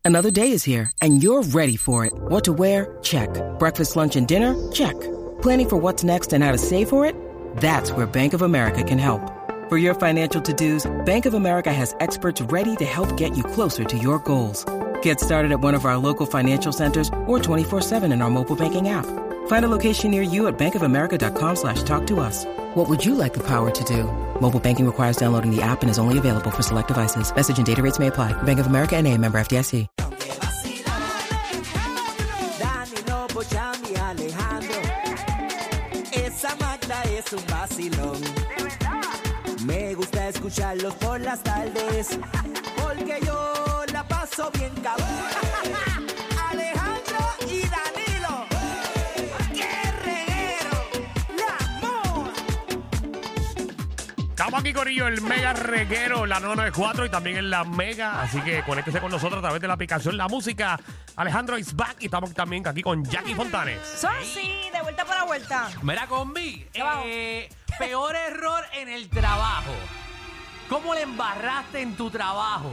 Another day is here, and you're ready for it. What to wear? Check. Breakfast, lunch, and dinner? Check. Planning for what's next and how to save for it? That's where Bank of America can help. For your financial to-dos, Bank of America has experts ready to help get you closer to your goals. Get started at one of our local financial centers or 24/7 in our mobile banking app. Find a location near you at bankofamerica.com/talktous. What would you like the power to do? Mobile banking requires downloading the app and is only available for select devices. Message and data rates may apply. Bank of America N.A., member FDIC. Danilo, Bochami, Alejandro. Esa Magda es un vacilón. Me gusta escucharlos por las tardes, porque yo la paso bien cabrón. Alejandro y Danilo. ¡Qué reguero! ¡La moda! Estamos aquí, corillo, el mega reguero, la 994 y también en la mega. Así que conéctese con nosotros a través de la aplicación La Música. Alejandro is back y estamos también aquí con Jackie Fontanes. Son sí, de vuelta para vuelta. Mira, combi, Vamos. peor error en el trabajo. ¿Cómo le embarraste en tu trabajo?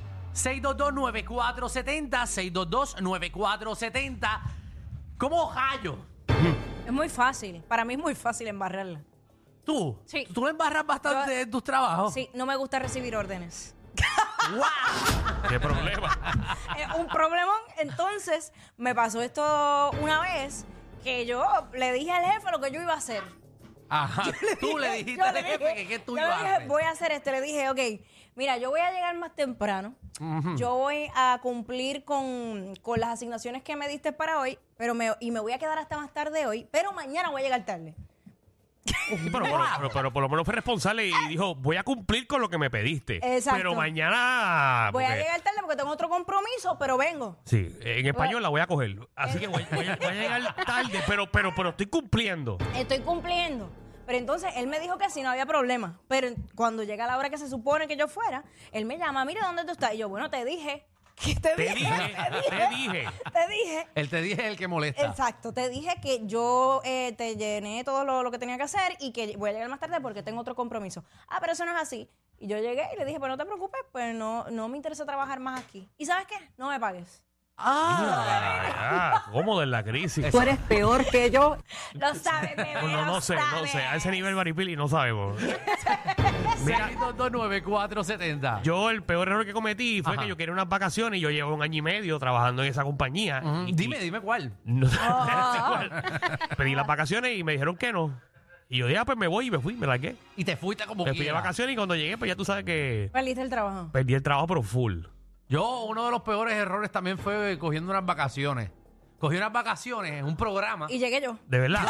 622-9470, 622-9470. ¿Cómo hallo? Es muy fácil. Para mí es muy fácil embarrarla. ¿Tú? Sí. ¿Tú le embarras bastante Yo- en tus trabajos? Sí, no me gusta recibir órdenes. ¿Qué problema? Un problemón. Entonces, me pasó esto una vez que yo le dije al jefe lo que yo iba a hacer. Ajá. Tú le dijiste Yo al le jefe dije- que qué tú yo ibas le a dije, hacer. voy a hacer esto. Le dije, ok, mira, yo voy a llegar más temprano. Yo voy a cumplir con las asignaciones que me diste para hoy, pero me voy a quedar hasta más tarde hoy, pero mañana voy a llegar tarde. Sí, pero por lo menos fue responsable y dijo, voy a cumplir con lo que me pediste. Exacto. Pero mañana... Voy a porque- llegar tarde porque tengo otro compromiso, pero vengo. Sí, en español la voy a coger. Así que voy a llegar tarde, pero estoy cumpliendo. Estoy cumpliendo. Pero entonces él me dijo que sí, no había problema. Pero cuando llega la hora que se supone que yo fuera, él me llama, mira, ¿dónde tú estás? Y yo, bueno, te dije. Que te dije. Te dije. Él te dije el que molesta. Exacto, te dije que yo te llené todo lo que tenía que hacer y que voy a llegar más tarde porque tengo otro compromiso. Ah, pero eso no es así. Y yo llegué y le dije, pues no te preocupes, pues no me interesa trabajar más aquí. ¿Y sabes qué? No me pagues. Cómodo en la crisis. Tú eres peor que yo. Lo sabes, bebé. Bueno, no sé. A ese nivel Maripili no sabemos. Mira, 622-9470. yo el peor error que cometí fue Ajá. que yo quería unas vacaciones y yo llevo 1 año y medio trabajando en esa compañía. Y- Dime cuál. No sé cuál. Pedí las vacaciones y me dijeron que no. Y yo dije, pues me voy y me fui, me largué. Y te fuiste como Me fui de quiera. vacaciones y cuando llegué, pues ya tú sabes que Perdiste el trabajo. perdí el trabajo, pero full. Yo, uno de los peores errores también fue cogiendo unas vacaciones. Cogí unas vacaciones en un programa. Y llegué yo. De verdad.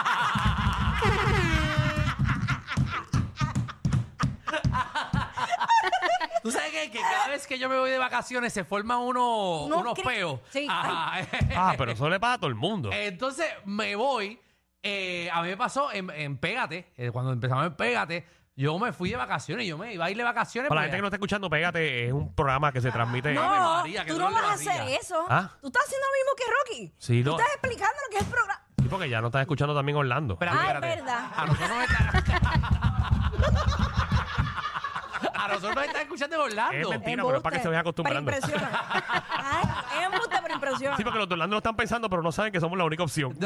¿Tú sabes qué? Que cada vez que yo me voy de vacaciones se forman unos peos. Sí. Ajá. Pero eso le pasa a todo el mundo. Entonces me voy. A mí me pasó en Pégate. Cuando empezamos en Pégate, yo me fui de vacaciones. Yo me iba a ir de vacaciones. Para la porque- gente que no está escuchando, Pégate es un programa que se transmite. No, Ave María, que tú dolor no de vas a hacer barriga. eso. ¿Ah? Tú estás haciendo lo mismo que Rocky. Sí, Tú no. estás explicando lo que es el programa. Sí, porque ya no estás escuchando también Orlando. Espérate, Ah, es espérate. verdad. A nosotros nos a nosotros nos están escuchando en Orlando. Es mentira, pero es para que se vayan acostumbrando. Pero impresiona. Ay, es embuste, pero impresiona. Sí, porque los de Orlando lo están pensando, pero no saben que somos la única opción.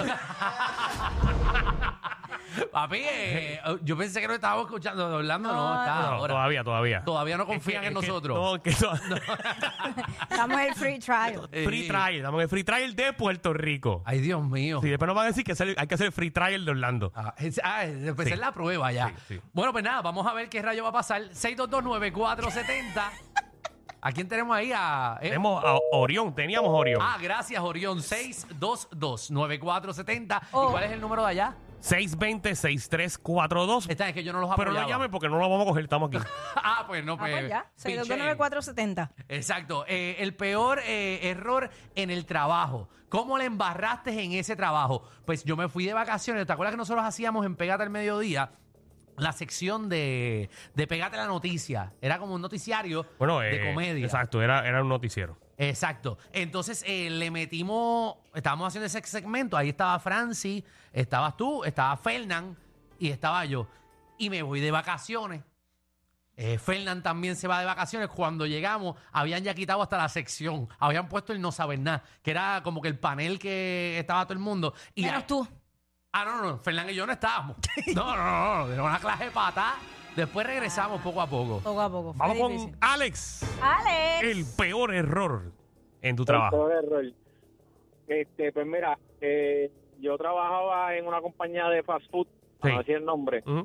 Papi, yo pensé que no estábamos escuchando de Orlando, no, está No, ahora. todavía. Todavía no confían en nosotros. No, que eso- Estamos en el free trial. Free trial. Estamos en el free trial de Puerto Rico. Ay, Dios mío. Sí, después nos van a decir que hay que hacer el free trial de Orlando. Después Sí. es la prueba ya. Sí, sí. Bueno, pues nada, vamos a ver qué rayo va a pasar. 6229470. ¿A quién tenemos ahí? Tenemos a Orión, teníamos Orión. Gracias, Orión. 6229470. Oh. ¿Y cuál es el número de allá? 620-6342. Esta es que yo no los Pero apoyaba. no llame porque no lo vamos a coger, estamos aquí. Pues no, Ah, pues ya. pinche. 6229470. Exacto. El peor error en el trabajo. ¿Cómo le embarraste en ese trabajo? Pues yo me fui de vacaciones. ¿Te acuerdas que nosotros hacíamos en Pégate al Mediodía la sección de Pégate la Noticia? Era como un noticiario Bueno, de comedia. Exacto, era un noticiero. Exacto. Entonces le metimos, estábamos haciendo ese segmento. Ahí estaba Francis, estabas tú, estaba Fernán y estaba yo. Y me voy de vacaciones. Fernan también se va de vacaciones. Cuando llegamos, habían ya quitado hasta la sección. Habían puesto el no saber nada, que era como que el panel que estaba todo el mundo. Y Menos tú. no, Fernan y yo no estábamos. No. Era una clase de pata. Después regresamos poco a poco. Poco a poco. Fue Vamos con difícil. Alex. Alex. El peor error en tu trabajo. Todo error. Pues mira, yo trabajaba en una compañía de fast food, Sí. no decir el nombre. Ujú.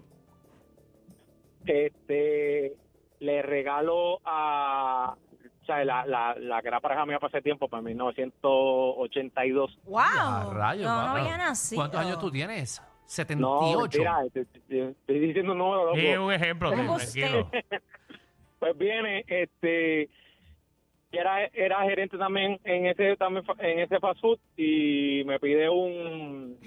Le regalo a, o sea, la que era pareja mía para ese tiempo, para 1982. ¡Wow! Ah, rayos, no papá. había nacido. ¿Cuántos años tú tienes? No, 78. mentira, estoy diciendo un número loco. Es un ejemplo, sí, ¿Cómo tranquilo. Pues viene, era gerente también en ese fast food y me pide un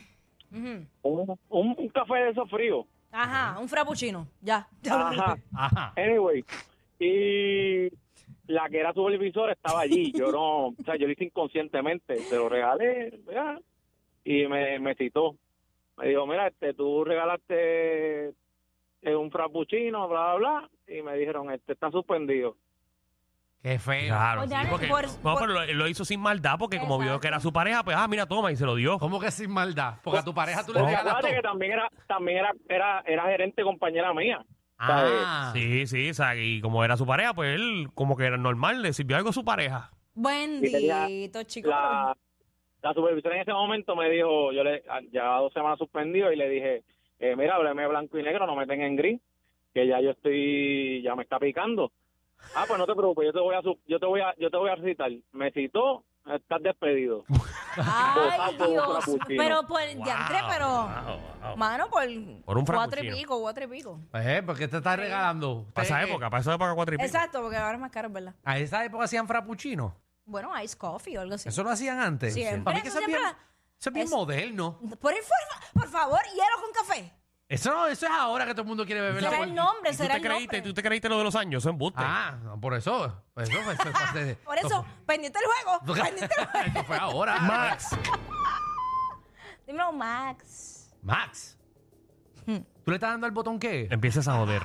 café de esos fríos. Ajá, un frappuccino. Ya. Ajá. Ajá. Anyway, y la que era supervisora estaba allí. Yo no, o sea, yo lo hice inconscientemente, se lo regalé, ¿verdad? Y me citó. Me dijo, mira, tú regalaste un frappuccino, bla, bla, bla, y me dijeron, está suspendido. Qué feo. Claro, Pues sí, ya, porque, por- no, pero lo hizo sin maldad porque como vio Exacto. que era su pareja, pues, mira, toma, y se lo dio. ¿Cómo que sin maldad? Porque a tu pareja tú le Porque regalas acuérdate que todo. también era gerente compañera mía. Ah, Sí, o sea, y como era su pareja, pues él, como que era normal, le sirvió algo a su pareja. Bendito, chico. La supervisora en ese momento me dijo, llevaba 2 semanas suspendido y le dije, mira, hábleme blanco y negro, no me tenga en gris, que ya ya me está picando. Ah, pues no te preocupes, yo te voy a recitar. Me citó, estás despedido. Ay, Por un Dios. frappuccino. Pero por diantre, pero. Wow. Mano, Por un cuatro y frappuccino. cuatro y pico. ¿por qué te estás regalando? Para esa Ustedes, época, 4 y pico. Exacto, porque ahora es más caro, ¿verdad? ¿A esa época hacían frappuccino? Bueno, ice coffee o algo así. ¿Eso lo hacían antes? Siempre, Para mí que eso es bien, siempre. eso es bien Es- moderno. Por favor, hielo con café. Eso es ahora que todo el mundo quiere beber la Será el nombre, ¿Y será el nombre. ¿Tú te creíste lo de los años? Eso es embuste. Ah, por eso. Eso fue parte de... Por eso, pendiente del juego. Pendiente del juego. Eso fue ahora. Max. Dímelo, Max. Max. ¿Tú le estás dando al botón qué? Empiezas a joder.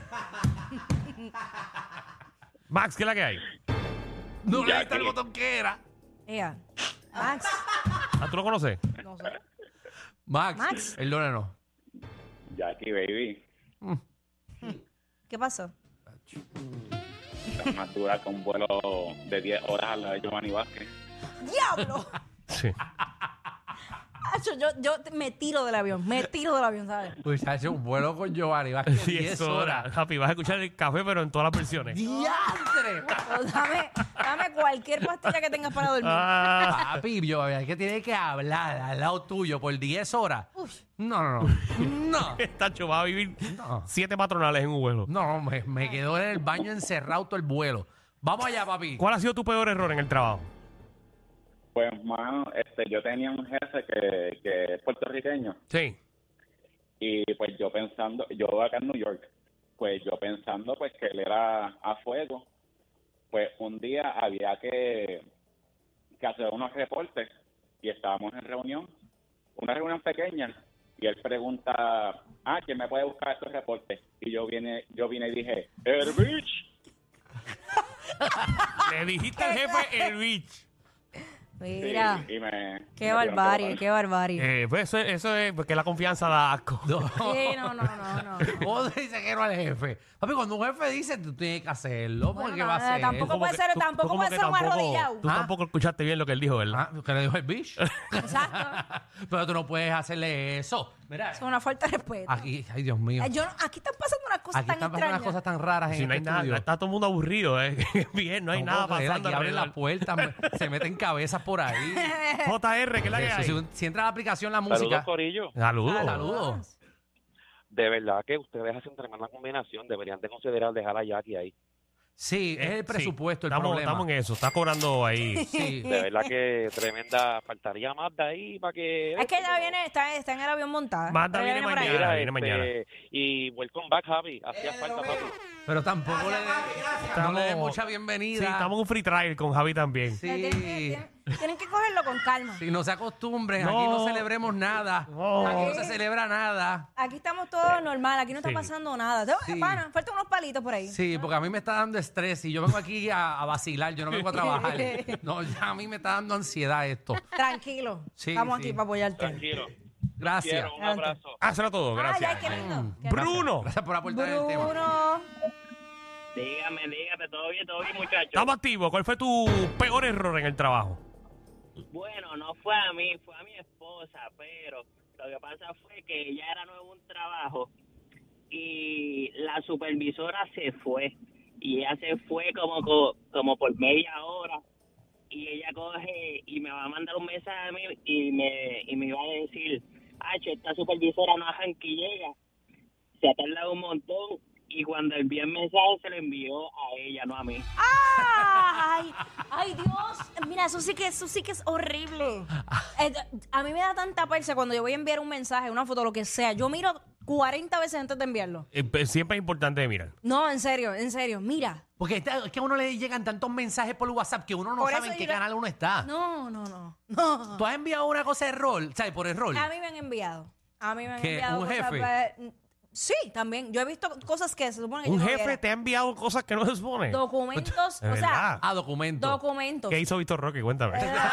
Max, ¿qué es la que hay? No le diste al botón que era. Ea. Max. Ah, ¿tú lo conoces? No sé. Max. Max. Perdónanos. Jackie, baby, ¿Qué pasó? estás más dura con un vuelo de 10 horas a la de Giovanni Vázquez. ¡Diablo! Sí. Acho, yo me tiro del avión, ¿sabes? Pues ha hecho un vuelo con Giovanni. Va a ser 10 10 horas. horas. Happy, vas a escuchar el café, pero en todas las versiones. ¡Diantre! O dame cualquier pastilla que tengas para dormir. Ah, Papi, Giovanni, es que tiene que hablar al lado tuyo por 10 horas. Uy. No. No. Tacho, va a vivir No. 7 patronales en un vuelo. No, me quedo en el baño encerrado todo el vuelo. Vamos allá, papi. ¿Cuál ha sido tu peor error en el trabajo? Pues, mano, yo tenía un jefe que es puertorriqueño Sí. y pues yo acá en New York, pues yo pensando pues que él era a fuego, pues un día había que hacer unos reportes y estábamos en una reunión pequeña y él pregunta, ¿quién me puede buscar estos reportes? Y yo vine y dije, ¡el bitch! Le dijiste al jefe el bitch. Mira, Sí, y me qué me dieron barbarie, que qué barbarie. Pues eso es porque la confianza da asco. No. Sí, no. ¿Cómo te dice que no al jefe? Papi, cuando un jefe dice, tú tienes que hacerlo. Bueno, porque va a hacer tampoco eso. puede ser, Tú tampoco como puede que ser un tampoco- arrodillado. Tú tampoco escuchaste bien lo que él dijo, ¿verdad? ¿Que le dijo el bitch? Exacto. Pero tú no puedes hacerle eso. Mira, Es una falta de respeto. aquí, ay Dios mío. Aquí están pasando unas cosas Aquí tan están pasando unas extrañas. cosas tan raras Si en no hay este nada, estudio. está todo el mundo aburrido, ¿eh? Bien, no hay nada puedo creer, pasando. Aquí abren la alrededor. puerta, se meten cabezas por ahí. JR, ¿qué es la que Eso, hay? si entra a la aplicación la Saludos, música. Corillo. Saludos. Saludos. De verdad que ustedes hacen tremenda combinación. Deberían de considerar dejar a Jackie ahí. Sí, es el presupuesto el problema. Estamos en eso, está cobrando ahí. Sí. De verdad que tremenda. Faltaría más de ahí para que... Es que ella viene, está en el avión montada. Magda Ella viene por ahí. mañana. Mira, viene mañana. Y welcome back, Javi. Hacía falta, papi. Pero tampoco no le dé mucha bienvenida. Sí, estamos en un free trial con Javi también. Sí. Tienen que cogerlo con calma. Si no se acostumbren, No. aquí no celebremos nada. No. Aquí no se celebra nada. Aquí estamos todos normal, aquí no está Sí. pasando nada. Sí. Pana, faltan unos palitos por ahí. Sí, porque a mí me está dando estrés y yo vengo aquí a vacilar, yo no vengo a trabajar. No, ya a mí me está dando ansiedad esto. Tranquilo. Sí, Estamos sí. aquí para apoyarte. Tranquilo. Gracias. Quiero un abrazo. Hazlo todo, gracias. Ay, qué lindo. Qué Bruno. Gracias por aportar el tema. Bruno. Dígame, todo bien, muchachos. Estamos activos. ¿Cuál fue tu peor error en el trabajo? Bueno, no fue a mí, fue a mi esposa, pero lo que pasa fue que ella era nuevo en un trabajo y la supervisora se fue y ella se fue como por media hora y ella coge y me va a mandar un mensaje a mí y me iba a decir, esta supervisora no arranca y llega, se ha tardado un montón y cuando envié el mensaje se lo envió a ella, no a mí. Ay, Dios. Mira, eso sí que es horrible. A mí me da tanta persa cuando yo voy a enviar un mensaje, una foto, lo que sea. Yo miro 40 veces antes de enviarlo. Siempre es importante mirar. No, en serio, mira. Porque es que a uno le llegan tantos mensajes por WhatsApp que uno no Por sabe eso en qué yo- canal uno está. No. ¿Tú has enviado una cosa de error? ¿Sabes? Por error. A mí me han enviado. A mí me han ¿Qué? enviado ¿Un cosas, jefe? sí, también. Yo he visto cosas que se supone que Un yo no jefe viera. te ha enviado cosas que no se supone. Documentos, De o sea, verdad. Ah, documento. documentos. ¿Qué hizo Víctor Roque? Cuéntame.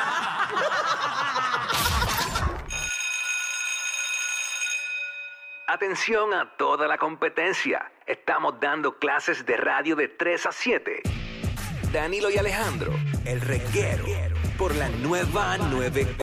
Atención a toda la competencia. Estamos dando clases de radio de 3 a 7. Danilo y Alejandro, el reguero, por la nueva 94.